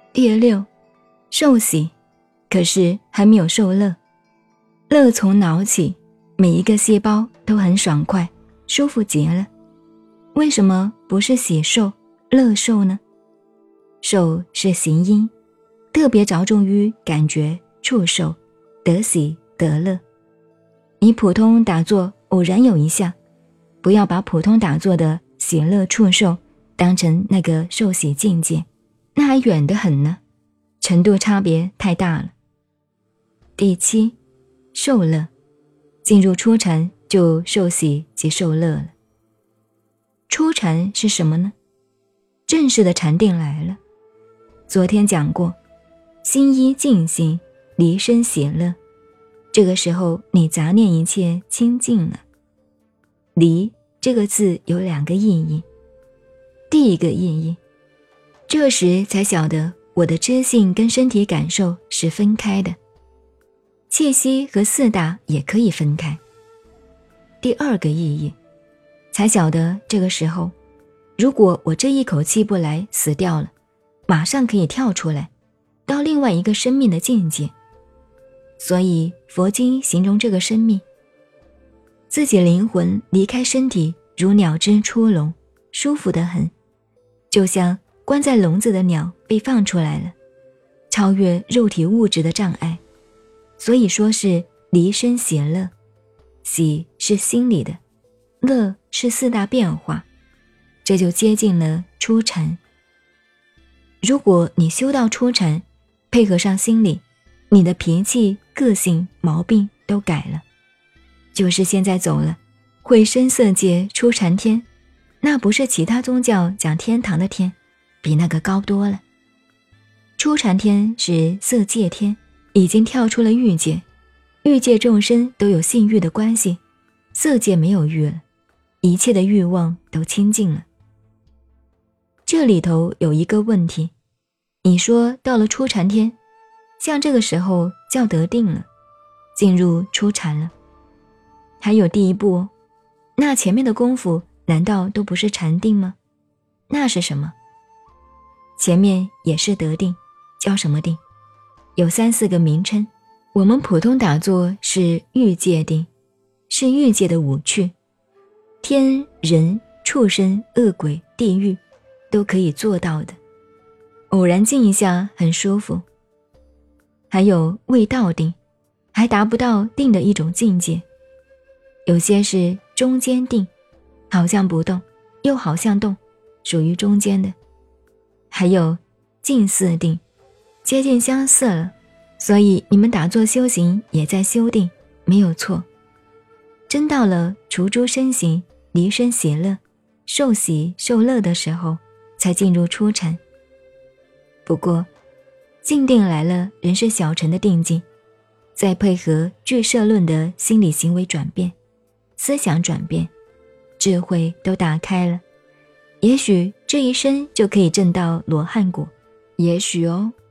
第6，受喜，可是还没有受乐。乐从脑起，每一个细胞都很爽快，舒服极了。为什么不是喜受、乐受呢？受是行因，特别着重于感觉、触受，得喜得乐。你普通打坐偶然有一下，不要把普通打坐的喜乐触受当成那个受喜境界，那还远得很呢，程度差别太大了。第7，受乐，进入初禅就受喜即受乐了。初禅是什么呢？正式的禅定来了。昨天讲过，心依静心，离身喜乐。这个时候你杂念一切清净了。离这个字有2个意义。第一个意义，这时才晓得我的知性跟身体感受是分开的，气息和4大也可以分开。第2个意义，才晓得这个时候，如果我这一口气不来死掉了，马上可以跳出来，到另外一个生命的境界。所以佛经形容这个生命，自己灵魂离开身体如鸟之出笼，舒服得很，就像关在笼子的鸟被放出来了，超越肉体物质的障碍。所以说是离身喜乐，喜是心里的，乐是4大变化，这就接近了初禅。如果你修到初禅，配合上心理，你的脾气、个性、毛病都改了。就是现在走了，会声色界初禅天，那不是其他宗教讲天堂的天，比那个高多了。初禅天是色界天，已经跳出了欲界，欲界众生都有性欲的关系，色界没有欲了，一切的欲望都清净了。这里头有一个问题，你说到了初禅天，像这个时候叫得定了，进入初禅了，还有第一步哦，那前面的功夫难道都不是禅定吗？那是什么？前面也是得定，叫什么定？有3、4个名称。我们普通打坐是欲界定，是欲界的5趣，天、人、畜生、恶鬼、地狱都可以做到的，偶然静一下很舒服。还有未到定，还达不到定的一种境界。有些是中间定，好像不动又好像动，属于中间的。还有近似定，接近相似了，所以你们打坐修行也在修定，没有错。真到了除诸身形，离身喜乐，受喜受乐的时候，才进入初禅。不过静定来了，仍是小乘的定境，再配合俱舍论的心理行为转变，思想转变，智慧都打开了，也许这一生就可以证到罗汉果，也许哦。